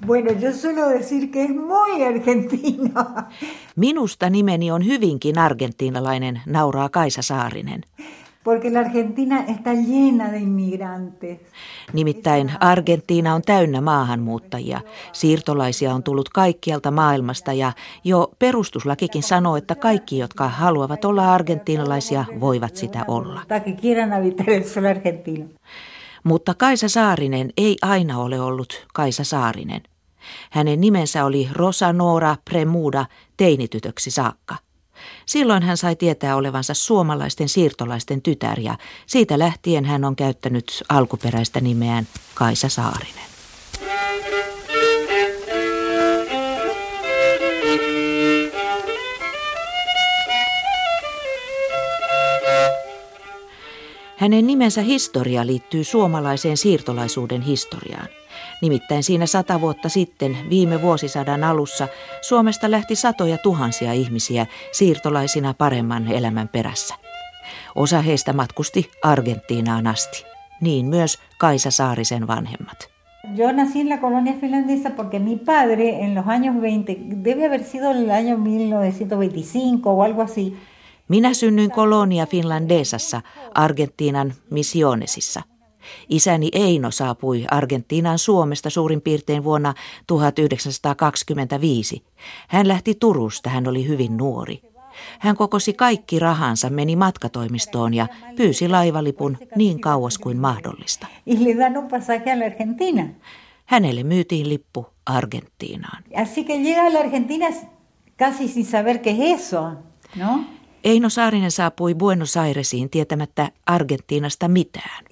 Bueno, yo suelo decir que es muy argentino. Minusta nimeni on hyvinkin argentiinalainen, nauraa Kaisa Saarinen. Porque la Argentina está llena de inmigrantes. Nimittäin Argentiina on täynnä maahanmuuttajia. Siirtolaisia on tullut kaikkialta maailmasta ja jo perustuslakikin sanoo, että kaikki, jotka haluavat olla argentiinalaisia, voivat sitä olla. Mutta Kaisa Saarinen ei aina ole ollut Kaisa Saarinen. Hänen nimensä oli Rosa Nora Premuda teinitytöksi saakka. Silloin hän sai tietää olevansa suomalaisten siirtolaisten tytär ja siitä lähtien hän on käyttänyt alkuperäistä nimeään Kaisa Saarinen. Hänen nimensä historia liittyy suomalaiseen siirtolaisuuden historiaan. Nimittäin siinä 100 vuotta sitten, viime vuosisadan alussa, Suomesta lähti satoja tuhansia ihmisiä siirtolaisina paremman elämän perässä. Osa heistä matkusti Argentiinaan asti. Niin myös Kaisa Saarisen vanhemmat. Yo nací en la colonia finlandesa porque mi padre en los años 20, debe haber sido el año 1925 o algo así. Minä synnyin Colonia Finlandesassa, Argentiinan Misionesissa. Isäni Eino saapui Argentiinaan Suomesta suurin piirtein vuonna 1925. Hän lähti Turusta, hän oli hyvin nuori. Hän kokosi kaikki rahansa, meni matkatoimistoon ja pyysi laivalipun niin kauas kuin mahdollista. Hänelle myytiin lippu Argentiinaan. Así que llega a la Argentina casi sin saber qué es eso, ¿no? Eino Saarinen saapui Buenos Airesiin tietämättä Argentiinasta mitään.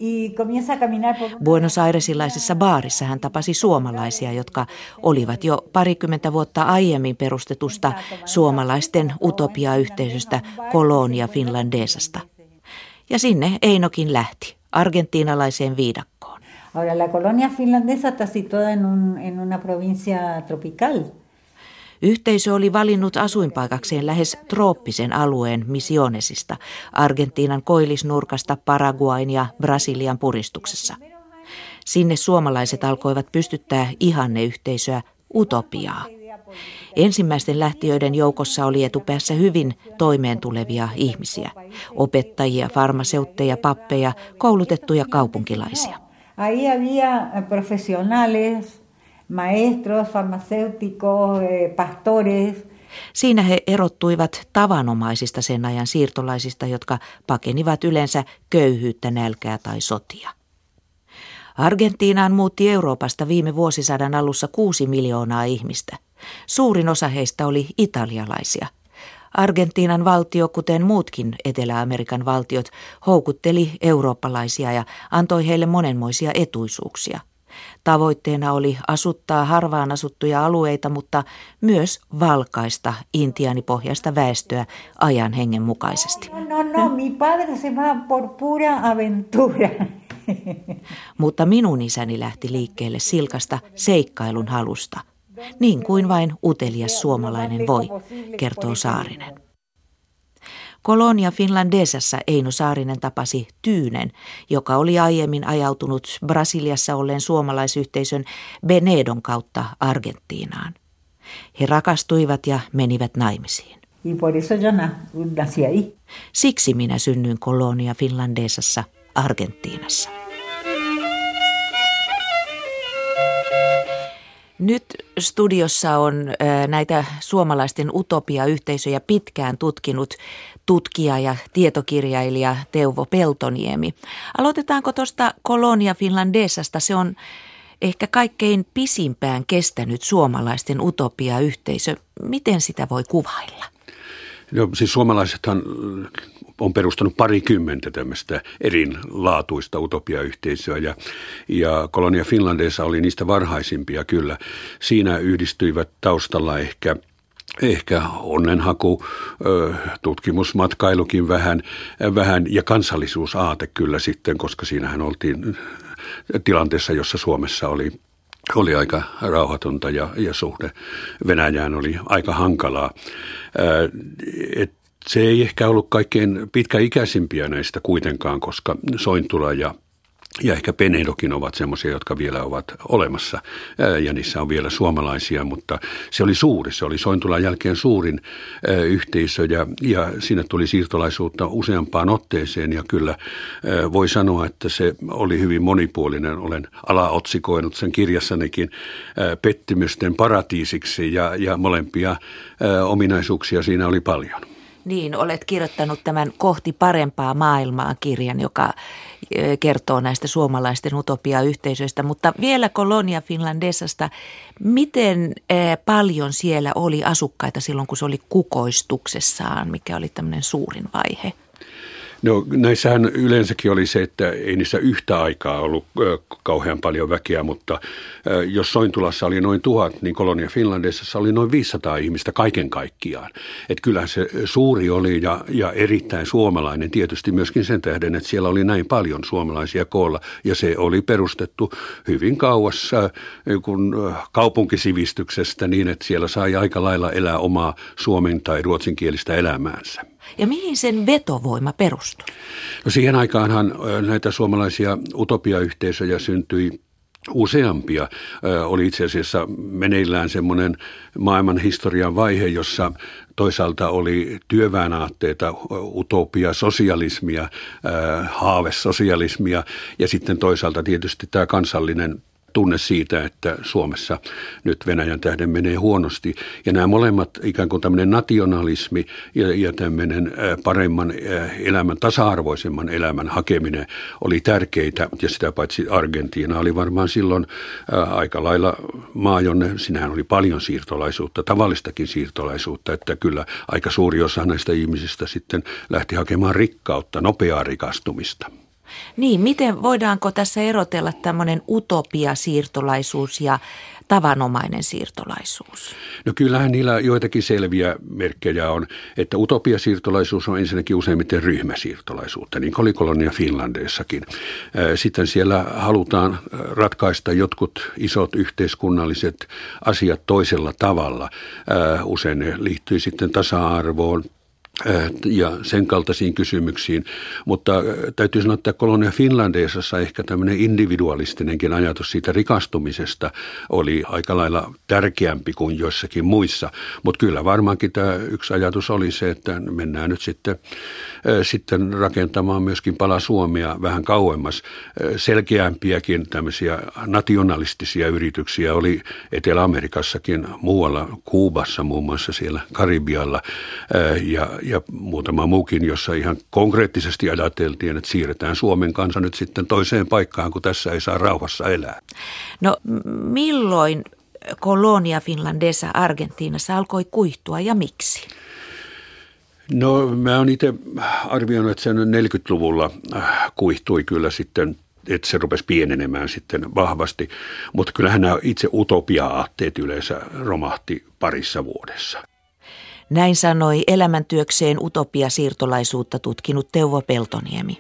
Buenos Airesilaisessa baarissa hän tapasi suomalaisia, jotka olivat jo 20 vuotta aiemmin perustetusta suomalaisten utopiayhteisöstä Colonia Finlandesasta. Ja sinne Einokin lähti, argentiinalaiseen viidakkoon. Ahora la Colonia Finlandesa está situada en una provincia tropical. Yhteisö oli valinnut asuinpaikakseen lähes trooppisen alueen Misionesista, Argentiinan koillisnurkasta Paraguain ja Brasilian puristuksessa. Sinne suomalaiset alkoivat pystyttää ihanneyhteisöä, utopiaa. Ensimmäisten lähtiöiden joukossa oli etupäässä hyvin toimeentulevia ihmisiä, opettajia, farmaseutteja, pappeja, koulutettuja kaupunkilaisia. Ahí había profesionales, maestros, farmacéuticos, pastores. Siinä he erottuivat tavanomaisista sen ajan siirtolaisista, jotka pakenivat yleensä köyhyyttä, nälkää tai sotia. Argentiinaan muutti Euroopasta viime vuosisadan alussa 6 miljoonaa ihmistä. Suurin osa heistä oli italialaisia. Argentiinan valtio, kuten muutkin Etelä-Amerikan valtiot, houkutteli eurooppalaisia ja antoi heille monenmoisia etuisuuksia. Tavoitteena oli asuttaa harvaan asuttuja alueita, mutta myös valkaista intiaanipohjaista väestöä ajan hengen mukaisesti. No, mi padre se va por pura aventura. Mutta minun isäni lähti liikkeelle silkasta seikkailun halusta, niin kuin vain utelias suomalainen voi, kertoo Saarinen. Colonia Finlandesassa Eino Saarinen tapasi Tyynen, joka oli aiemmin ajautunut Brasiliassa olleen suomalaisyhteisön Benedon kautta Argentiinaan. He rakastuivat ja menivät naimisiin. Siksi minä synnyin Colonia Finlandesassa, Argentiinassa. Nyt studiossa on näitä suomalaisten utopiayhteisöjä pitkään tutkinut tutkija ja tietokirjailija Teuvo Peltoniemi. Aloitetaanko tuosta Colonia Finlandesasta? Se on ehkä kaikkein pisimpään kestänyt suomalaisten utopiayhteisö. Miten sitä voi kuvailla? No, siis suomalaisethan on perustanut 20 tämmöistä erinlaatuista utopiayhteisöä ja Colonia Finlandesa oli niistä varhaisimpia kyllä. Siinä yhdistyivät taustalla ehkä onnenhaku, tutkimusmatkailukin vähän ja kansallisuusaate kyllä sitten, koska siinähän oltiin tilanteessa, jossa Suomessa oli aika rauhatonta ja suhde Venäjään oli aika hankalaa. Se ei ehkä ollut kaikkein pitkäikäisimpiä näistä kuitenkaan, koska Sointula ja ja ehkä Penedokin ovat semmoisia, jotka vielä ovat olemassa ja niissä on vielä suomalaisia, mutta se oli suuri. Se oli Sointulan jälkeen suurin yhteisö ja sinne tuli siirtolaisuutta useampaan otteeseen ja kyllä voi sanoa, että se oli hyvin monipuolinen. Olen alaotsikoinut sen kirjassanikin pettymysten paratiisiksi ja molempia ominaisuuksia siinä oli paljon. Niin, olet kirjoittanut tämän Kohti parempaa maailmaa -kirjan, joka kertoo näistä suomalaisten utopiayhteisöistä, mutta vielä Kolonia Finlandesasta. Miten paljon siellä oli asukkaita silloin, kun se oli kukoistuksessaan, mikä oli tämmöinen suurin vaihe? No näissähän yleensäkin oli se, että ei niissä yhtä aikaa ollut kauhean paljon väkeä, mutta jos Sointulassa oli noin 1000, niin Kolonia Finlandesassa oli noin 500 ihmistä kaiken kaikkiaan. Että kyllähän se suuri oli ja erittäin suomalainen tietysti myöskin sen tähden, että siellä oli näin paljon suomalaisia koolla ja se oli perustettu hyvin kauas kun kaupunkisivistyksestä niin, että siellä sai aika lailla elää omaa suomen tai ruotsinkielistä elämäänsä. Ja mihin sen vetovoima perustui? No siihen aikaanhan näitä suomalaisia utopiayhteisöjä syntyi useampia. Oli itse asiassa meneillään semmoinen maailman historian vaihe, jossa toisaalta oli työväenaatteita, utopia, sosialismia, haavesosialismia ja sitten toisaalta tietysti tämä kansallinen tunne siitä, että Suomessa nyt Venäjän tähden menee huonosti. Ja nämä molemmat ikään kuin tämmöinen nationalismi ja tämmöinen paremman elämän, tasa-arvoisemman elämän hakeminen oli tärkeitä. Ja sitä paitsi Argentiina oli varmaan silloin aika lailla maa, jonne sinähän oli paljon siirtolaisuutta, tavallistakin siirtolaisuutta, että kyllä aika suuri osa näistä ihmisistä sitten lähti hakemaan rikkautta, nopeaa rikastumista. Niin, miten voidaanko tässä erotella tämmöinen utopia-siirtolaisuus ja tavanomainen siirtolaisuus? No kyllähän niillä joitakin selviä merkkejä on, että utopiasiirtolaisuus on ensinnäkin useimmiten ryhmäsiirtolaisuutta, niin kuin oli Kolonia Finlandessakin. Sitten siellä halutaan ratkaista jotkut isot yhteiskunnalliset asiat toisella tavalla. Usein ne liittyy sitten tasa-arvoon ja sen kaltaisiin kysymyksiin, mutta täytyy sanoa, että Kolonia Finlandesassa ehkä tämmöinen individualistinenkin ajatus siitä rikastumisesta oli aika lailla tärkeämpi kuin joissakin muissa, mutta kyllä varmaankin tämä yksi ajatus oli se, että mennään nyt sitten rakentamaan myöskin pala Suomea vähän kauemmas. Selkeämpiäkin tämmöisiä nationalistisia yrityksiä oli Etelä-Amerikassakin, muualla Kuubassa muun muassa siellä Karibialla ja muutama muukin, jossa ihan konkreettisesti ajateltiin, että siirretään Suomen kansa nyt sitten toiseen paikkaan, kun tässä ei saa rauhassa elää. No milloin Kolonia Finlandesa Argentiinassa alkoi kuihtua ja miksi? No mä oon itse arvioinut, että sen 40-luvulla kuihtui kyllä sitten, että se rupesi pienenemään sitten vahvasti, mutta kyllähän nämä itse utopia-aatteet yleensä romahti parissa vuodessa. Näin sanoi elämäntyökseen utopia-siirtolaisuutta tutkinut Teuvo Peltoniemi.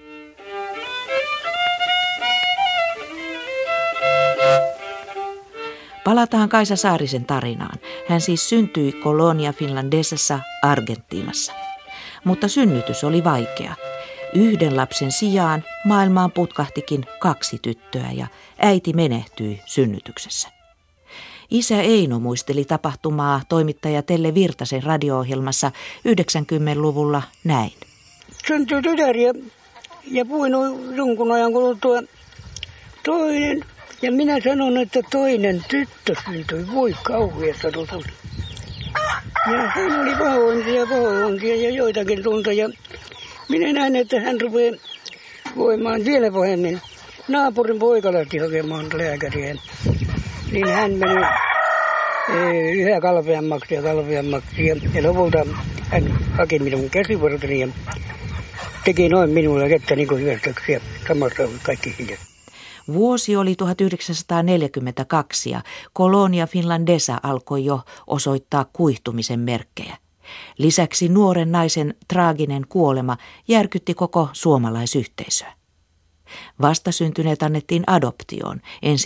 Palataan Kaisa Saarisen tarinaan. Hän siis syntyi Kolonia Finlandesassa Argentiinassa. Mutta synnytys oli vaikea. 1 lapsen sijaan maailmaan putkahtikin 2 tyttöä ja äiti menehtyi synnytyksessä. Isä Eino muisteli tapahtumaa toimittaja Telle Virtasen radio-ohjelmassa 90-luvulla näin. Syntyi tytär ja puhui jonkun ajan kuluttua toinen. Ja minä sanon, että toinen tyttö syntyi. Voi kauheasta tuli. Ja hän oli pahointia ja joitakin tunteja. Minä näin, että hän rupeaa voimaan vielä pahemmin. Naapurin poika lähti hakemaan lääkäriä. Niin hän meni yhä kalpeammaksi. Ja lopulta hän haki minun käsivarteni ja teki noin minulle kättä niin kuin hyvästäksi. Ja samassa oli kaikki hiljaa. Vuosi oli 1942 ja Kolonia Finlandesa alkoi jo osoittaa kuihtumisen merkkejä. Lisäksi nuoren naisen traaginen kuolema järkytti koko suomalaisyhteisöä. Vastasyntyneet annettiin adoptioon, ensin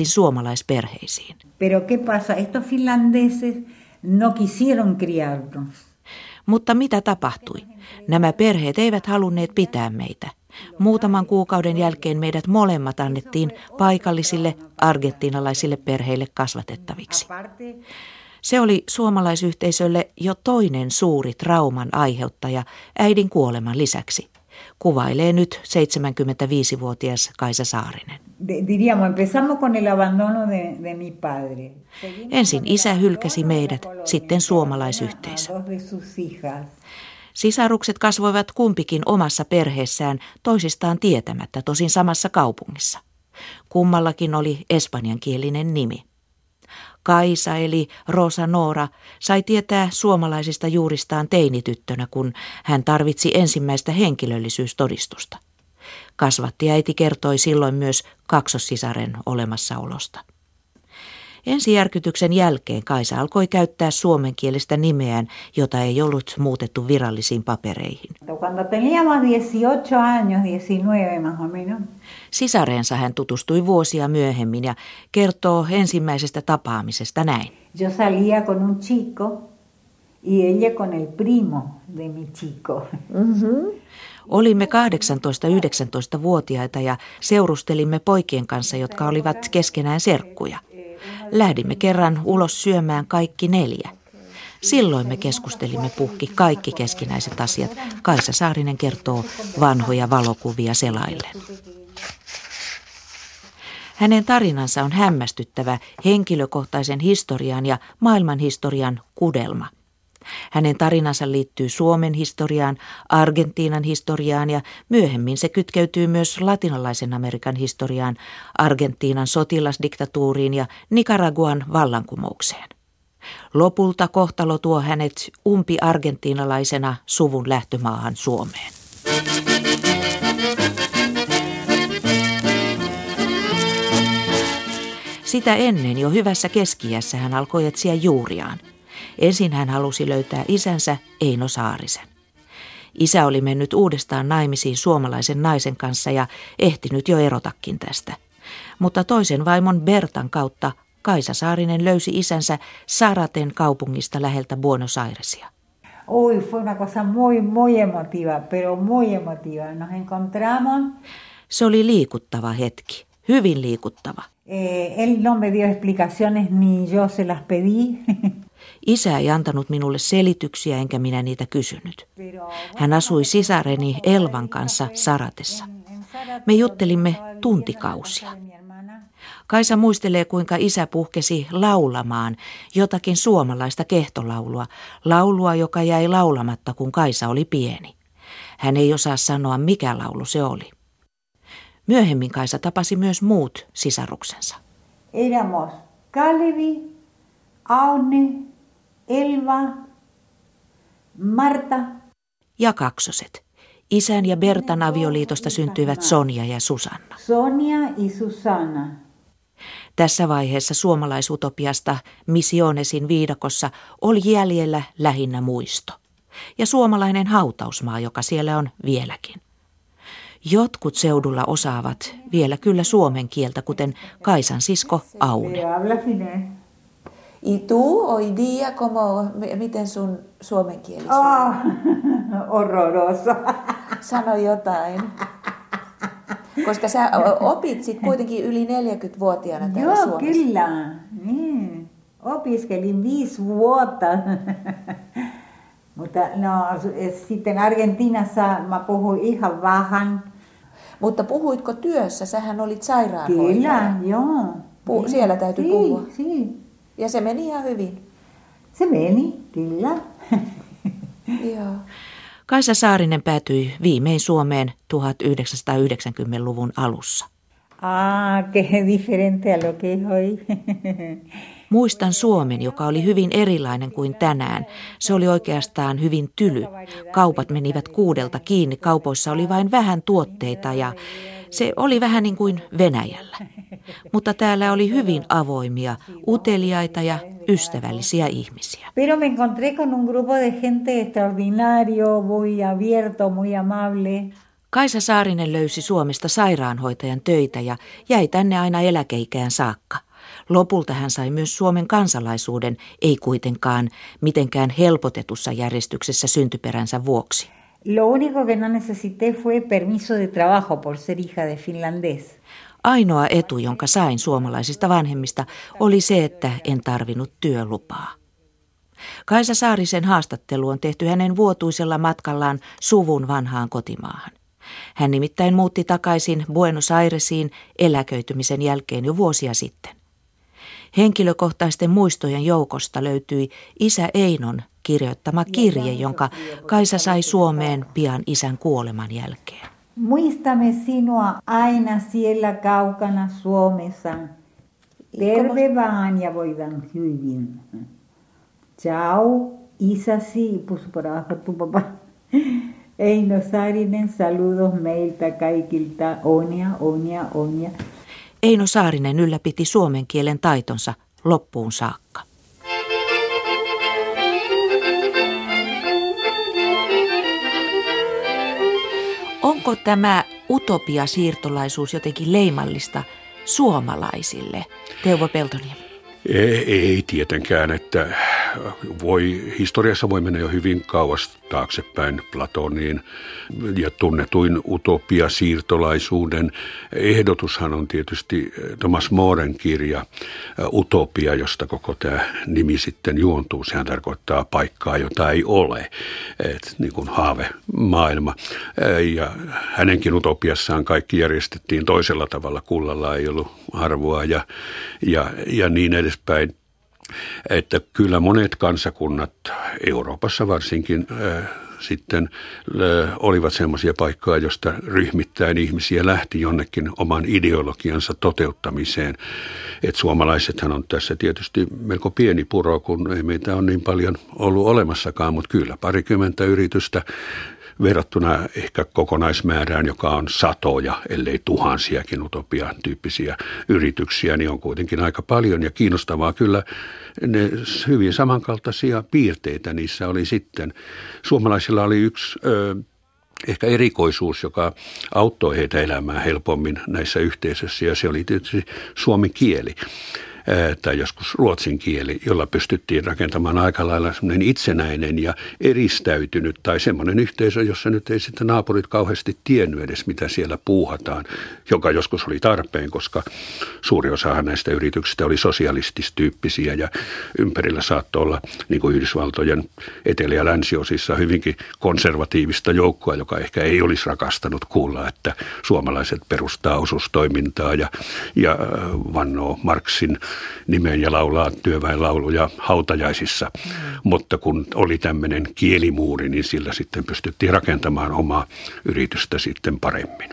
suomalaisperheisiin. Pero qué pasa? Estos finlandeses no quisieron criarnos. Mutta mitä tapahtui? Nämä perheet eivät halunneet pitää meitä. Muutaman kuukauden jälkeen meidät molemmat annettiin paikallisille argentiinalaisille perheille kasvatettaviksi. Se oli suomalaisyhteisölle jo toinen suuri trauman aiheuttaja äidin kuoleman lisäksi, kuvailee nyt 75-vuotias Kaisa Saarinen. Ensin isä hylkäsi meidät, sitten suomalaisyhteisö. Sisarukset kasvoivat kumpikin omassa perheessään toisistaan tietämättä, tosin samassa kaupungissa. Kummallakin oli espanjankielinen nimi. Kaisa eli Rosa Noora sai tietää suomalaisista juuristaan teinityttönä, kun hän tarvitsi ensimmäistä henkilöllisyystodistusta. Kasvattiäiti kertoi silloin myös kaksossisaren olemassaolosta. Ensijärkytyksen jälkeen Kaisa alkoi käyttää suomenkielistä nimeään, jota ei ollut muutettu virallisiin papereihin. Sisareensa hän tutustui vuosia myöhemmin ja kertoo ensimmäisestä tapaamisesta näin. Yo salía con un chico y ella con el primo de mi chico. Olimme 18-19-vuotiaita ja seurustelimme poikien kanssa, jotka olivat keskenään serkkuja. Lähdimme kerran ulos syömään kaikki 4. Silloin me keskustelimme puhki kaikki keskinäiset asiat. Kaisa Saarinen kertoo vanhoja valokuvia selaillen. Hänen tarinansa on hämmästyttävä henkilökohtaisen historian ja maailmanhistorian kudelma. Hänen tarinansa liittyy Suomen historiaan, Argentiinan historiaan ja myöhemmin se kytkeytyy myös latinalaisen Amerikan historiaan, Argentiinan sotilasdiktatuuriin ja Nicaraguan vallankumoukseen. Lopulta kohtalo tuo hänet umpi-argentiinalaisena suvun lähtömaahan Suomeen. Sitä ennen jo hyvässä keski-iässä hän alkoi etsiä juuriaan. Ensin hän halusi löytää isänsä Eino Saarisen. Isä oli mennyt uudestaan naimisiin suomalaisen naisen kanssa ja ehtinyt jo erotakin tästä. Mutta toisen vaimon Bertan kautta Kaisa Saarinen löysi isänsä Zaraten kaupungista läheltä Buenos Airesia. Uy, fue una cosa muy emotiva, pero muy emotiva. Nos encontramos. Se oli liikuttava hetki, hyvin liikuttava. Él no me dio explicaciones ni yo se las pedí. Isä ei antanut minulle selityksiä enkä minä niitä kysynyt. Hän asui sisareni Elvan kanssa Zaratessa. Me juttelimme tuntikausia. Kaisa muistelee, kuinka isä puhkesi laulamaan jotakin suomalaista kehtolaulua, laulua, joka jäi laulamatta, kun Kaisa oli pieni. Hän ei osaa sanoa, mikä laulu se oli. Myöhemmin Kaisa tapasi myös muut sisaruksensa. Éramos Kalevi, Aune, Elva, Marta ja kaksoset. Isän ja Bertan avioliitosta syntyivät Sonja ja Susanna. Sonia y Susana. Tässä vaiheessa suomalaisutopiasta Misionesin viidakossa oli jäljellä lähinnä muisto. Ja suomalainen hautausmaa, joka siellä on vieläkin. Jotkut seudulla osaavat vielä kyllä suomen kieltä, kuten Kaisan sisko Aune. Y tú hoy día, miten sun suomen kieli? Horroroso. Sano jotain. Koska sä opit sit kuitenkin yli 40-vuotiaana täällä Suomessa. Joo, kyllä. Niin. Opiskelin 5 vuotta. Mutta no, sitten Argentiinassa mä puhuin ihan vähän. Mutta puhuitko työssä? Sähän olit sairaanhoitaja. Kyllä, joo. Siellä täytyy puhua. Si. Ja se meni ihan hyvin. Se meni, kyllä. Joo. Kaisa Saarinen päätyi viimein Suomeen 1990-luvun alussa. Qué diferente a lo que es hoy. Muistan Suomen, joka oli hyvin erilainen kuin tänään. Se oli oikeastaan hyvin tyly. Kaupat menivät 6 kiinni, kaupoissa oli vain vähän tuotteita ja se oli vähän niin kuin Venäjällä. Mutta täällä oli hyvin avoimia, uteliaita ja ystävällisiä ihmisiä. Pero me encontré con un grupo de gente extraordinario, muy abierto, muy amable. Kaisa Saarinen löysi Suomesta sairaanhoitajan töitä ja jäi tänne aina eläkeikään saakka. Lopulta hän sai myös Suomen kansalaisuuden, ei kuitenkaan mitenkään helpotetussa järjestyksessä syntyperänsä vuoksi. Lo único que no necesité fue permiso de trabajo por ser hija de finlandés. Ainoa etu, jonka sain suomalaisista vanhemmista, oli se, että en tarvinnut työlupaa. Kaisa Saarisen haastattelu on tehty hänen vuotuisella matkallaan suvun vanhaan kotimaahan. Hän nimittäin muutti takaisin Buenos Airesiin eläköitymisen jälkeen jo vuosia sitten. Henkilökohtaisten muistojen joukosta löytyi isä Einon kirjoittama kirje, jonka Kaisa sai Suomeen pian isän kuoleman jälkeen. Muistamme sinua aina siellä kaukana Suomessa. Terve vaan ja voidaan hyvin. Ciao, isäsi, puso por abajo tu papá. Eino Saarinen, saludos meiltä kaikilta. Onia, onia, onia. Eino Saarinen ylläpiti suomen kielen taitonsa loppuun saakka. Onko tämä utopia-siirtolaisuus jotenkin leimallista suomalaisille, Teuvo Peltoniemi? Ei tietenkään, että historiassa voi mennä jo hyvin kauas taaksepäin Platoniin ja tunnetuin utopia-siirtolaisuuden ehdotushan on tietysti Thomas Moren kirja Utopia, josta koko tämä nimi sitten juontuu. Sehän tarkoittaa paikkaa, jota ei ole, niin kuin haavemaailma. Ja hänenkin utopiassaan kaikki järjestettiin toisella tavalla, kullalla ei ollut arvoa ja niin edespäin. Että kyllä monet kansakunnat, Euroopassa varsinkin, sitten olivat semmoisia paikkoja, josta ryhmittäin ihmisiä lähti jonnekin oman ideologiansa toteuttamiseen. Että suomalaisethan on tässä tietysti melko pieni puro, kun ei meitä ole niin paljon ollut olemassakaan, mutta kyllä parikymmentä yritystä verrattuna ehkä kokonaismäärään, joka on satoja, ellei tuhansiakin utopia-tyyppisiä yrityksiä, niin on kuitenkin aika paljon. Ja kiinnostavaa kyllä ne hyvin samankaltaisia piirteitä niissä oli sitten. Suomalaisilla oli yksi ehkä erikoisuus, joka auttoi heitä elämään helpommin näissä yhteisöissä, ja se oli tietysti suomen kieli. Tai joskus ruotsin kieli, jolla pystyttiin rakentamaan aika lailla semmoinen itsenäinen ja eristäytynyt tai semmoinen yhteisö, jossa nyt ei sitten naapurit kauheasti tiennyt edes, mitä siellä puuhataan, joka joskus oli tarpeen, koska suuri osahan näistä yrityksistä oli sosialististyyppisiä ja ympärillä saattoi olla niin kuin Yhdysvaltojen etelä- ja länsiosissa hyvinkin konservatiivista joukkoa, joka ehkä ei olisi rakastanut kuulla, että suomalaiset perustaa osuustoimintaa ja vannoo Marxin nimen ja laulaa työväenlauluja hautajaisissa. Mutta kun oli tämmöinen kielimuuri, niin sillä sitten pystyttiin rakentamaan omaa yritystä sitten paremmin.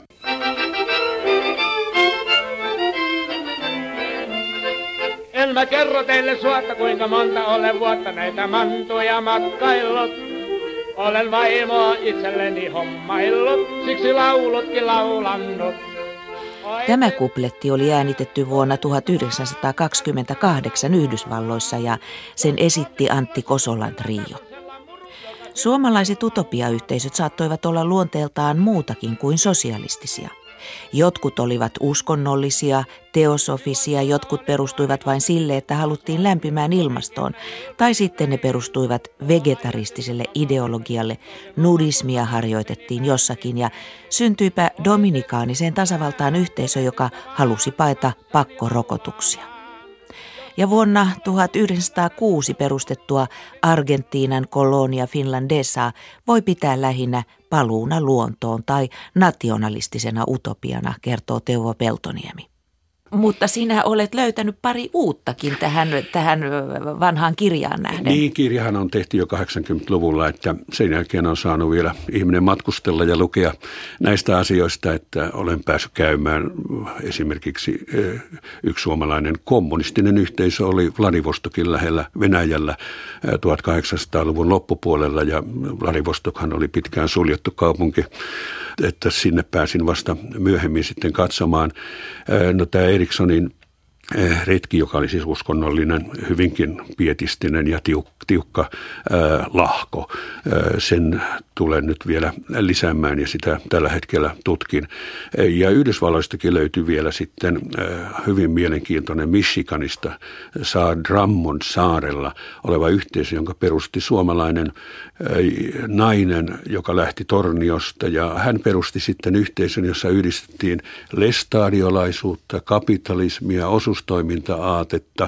En mä kerro teille suotta, kuinka monta olen vuotta näitä mantuja matkaillut. Olen vaimoa itselleni hommaillut, siksi laulutkin laulannut. Tämä kupletti oli äänitetty vuonna 1928 Yhdysvalloissa ja sen esitti Antti Kosolan trio. Suomalaiset utopiayhteisöt saattoivat olla luonteeltaan muutakin kuin sosialistisia. Jotkut olivat uskonnollisia, teosofisia, jotkut perustuivat vain sille, että haluttiin lämpimään ilmastoon, tai sitten ne perustuivat vegetaristiselle ideologialle, nudismia harjoitettiin jossakin ja syntyipä Dominikaaniseen tasavaltaan yhteisö, joka halusi paeta pakkorokotuksia. Ja vuonna 1906 perustettua Argentiinan kolonia Finlandesaa voi pitää lähinnä paluuna luontoon tai nationalistisena utopiana, kertoo Teuvo Peltoniemi. Mutta sinä olet löytänyt pari uuttakin tähän vanhaan kirjaan nähden. Niin, kirjahan on tehty jo 80-luvulla, että sen jälkeen on saanut vielä ihminen matkustella ja lukea näistä asioista, että olen päässyt käymään esimerkiksi yksi suomalainen kommunistinen yhteisö oli Vladivostokin lähellä Venäjällä 1800-luvun loppupuolella ja Vladivostokhan oli pitkään suljettu kaupunki, että sinne pääsin vasta myöhemmin sitten katsomaan. No tämä Erikssonin retki, joka oli siis uskonnollinen, hyvinkin pietistinen ja tiukka lahko. Sen tulen nyt vielä lisäämään ja sitä tällä hetkellä tutkin. Ja Yhdysvalloistakin löytyy vielä sitten hyvin mielenkiintoinen Michiganista Drummond saarella oleva yhteisö, jonka perusti suomalainen nainen, joka lähti Torniosta. Ja hän perusti sitten yhteisön, jossa yhdistettiin lestadiolaisuutta, kapitalismia, osuustoiminta-aatetta,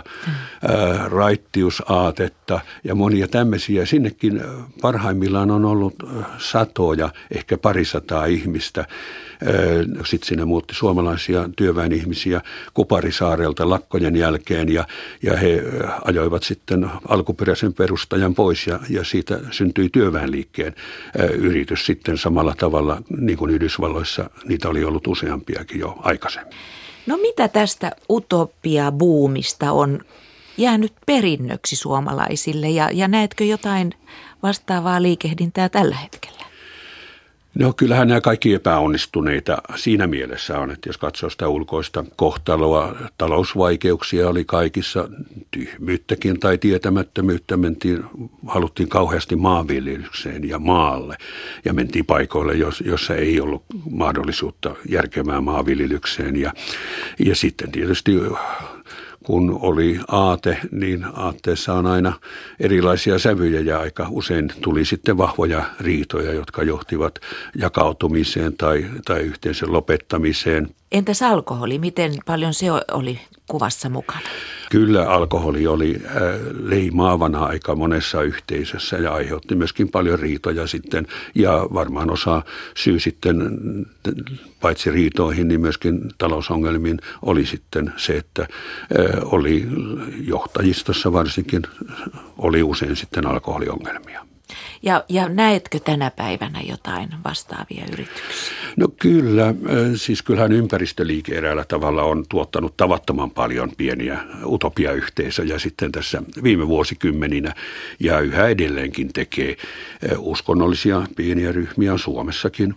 raittiusaatetta ja monia tämmöisiä. Sinnekin parhaimmillaan on ollut satoja, ehkä parisataa ihmistä. Sitten siinä muutti suomalaisia työväenihmisiä Kuparisaarelta lakkojen jälkeen ja he ajoivat sitten alkuperäisen perustajan pois ja siitä syntyi työväenliikkeen yritys sitten samalla tavalla niin kuin Yhdysvalloissa. Niitä oli ollut useampiakin jo aikaisemmin. No mitä tästä utopia-buumista on jäänyt perinnöksi suomalaisille ja näetkö jotain vastaavaa liikehdintää tällä hetkellä? No kyllähän nämä kaikki epäonnistuneita siinä mielessä on, että jos katsoo sitä ulkoista kohtaloa, talousvaikeuksia oli kaikissa, tyhmyyttäkin tai tietämättömyyttä, haluttiin kauheasti maanviljelykseen ja maalle ja mentiin paikoille, jossa ei ollut mahdollisuutta järkevään maanviljelykseen ja sitten tietysti kun oli aate, niin aatteessa on aina erilaisia sävyjä ja aika usein tuli sitten vahvoja riitoja, jotka johtivat jakautumiseen tai yhteisön lopettamiseen. Entäs alkoholi? Miten paljon se oli kuvassa mukana? Kyllä alkoholi oli leimaavana aika monessa yhteisössä ja aiheutti myöskin paljon riitoja sitten ja varmaan osa syy sitten paitsi riitoihin niin myöskin talousongelmiin oli sitten se, että oli johtajistossa varsinkin oli usein sitten alkoholiongelmia. Ja näetkö tänä päivänä jotain vastaavia yrityksiä? No kyllä, siis kyllähän ympäristöliike eräällä tavalla on tuottanut tavattoman paljon pieniä utopiayhteisöjä sitten tässä viime vuosikymmeninä ja yhä edelleenkin tekee uskonnollisia pieniä ryhmiä Suomessakin.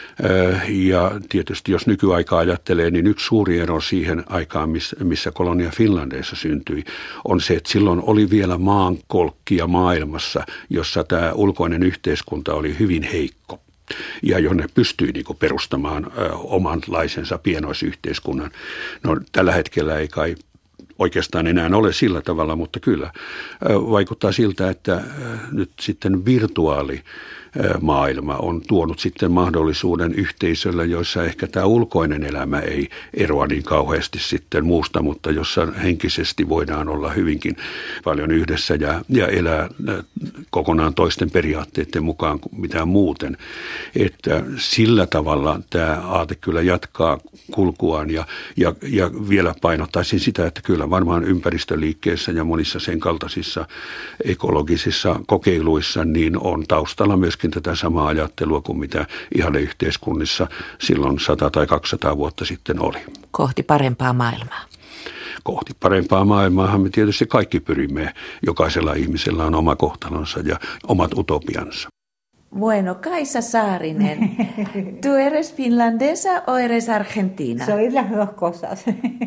Ja tietysti jos nykyaikaa ajattelee, niin yksi suuri ero siihen aikaan, missä Kolonia Finlandeissa syntyi, on se, että silloin oli vielä maankolkkia maailmassa, jossa tämä ulkoinen yhteiskunta oli hyvin heikko. Ja jonne pystyi niin kuin perustamaan omanlaisensa pienoisyhteiskunnan. No tällä hetkellä ei kai oikeastaan enää ole sillä tavalla, mutta kyllä vaikuttaa siltä, että nyt sitten virtuaalimaailma on tuonut sitten mahdollisuuden yhteisölle, joissa ehkä tämä ulkoinen elämä ei eroa niin kauheasti sitten muusta, mutta jossa henkisesti voidaan olla hyvinkin paljon yhdessä ja elää kokonaan toisten periaatteiden mukaan kuin mitään muuten. Että sillä tavalla tämä aate kyllä jatkaa kulkuaan ja vielä painottaisin sitä, että kyllä varmaan ympäristöliikkeessä ja monissa sen kaltaisissa ekologisissa kokeiluissa niin on taustalla myöskin tätä samaa ajattelua kuin mitä ihanneyhteiskunnissa silloin 100 tai 200 vuotta sitten oli. Kohti parempaa maailmaa. Kohti parempaa maailmaahan me tietysti kaikki pyrimme. Jokaisella ihmisellä on oma kohtalonsa ja omat utopiansa. Bueno, Kaisa Saarinen, ¿tú eres finlandesa o eres argentina? Soy las dos cosas.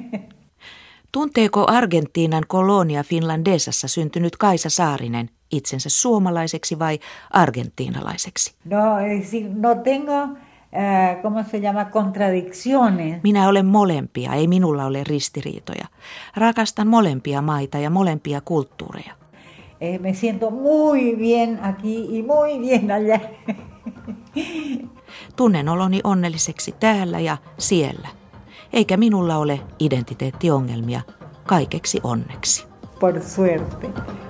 Tunteeko Argentiinan Colonia Finlandesassa syntynyt Kaisa Saarinen itsensä suomalaiseksi vai argentiinalaiseksi? No tengo, ¿cómo se llama? Contradicciones. Minä olen molempia, ei minulla ole ristiriitoja. Rakastan molempia maita ja molempia kulttuureja. Me siento muy bien aquí y muy bien allá. Tunnen oloni onnelliseksi täällä ja siellä. Eikä minulla ole identiteettiongelmia, kaikeksi onneksi. Por suerte.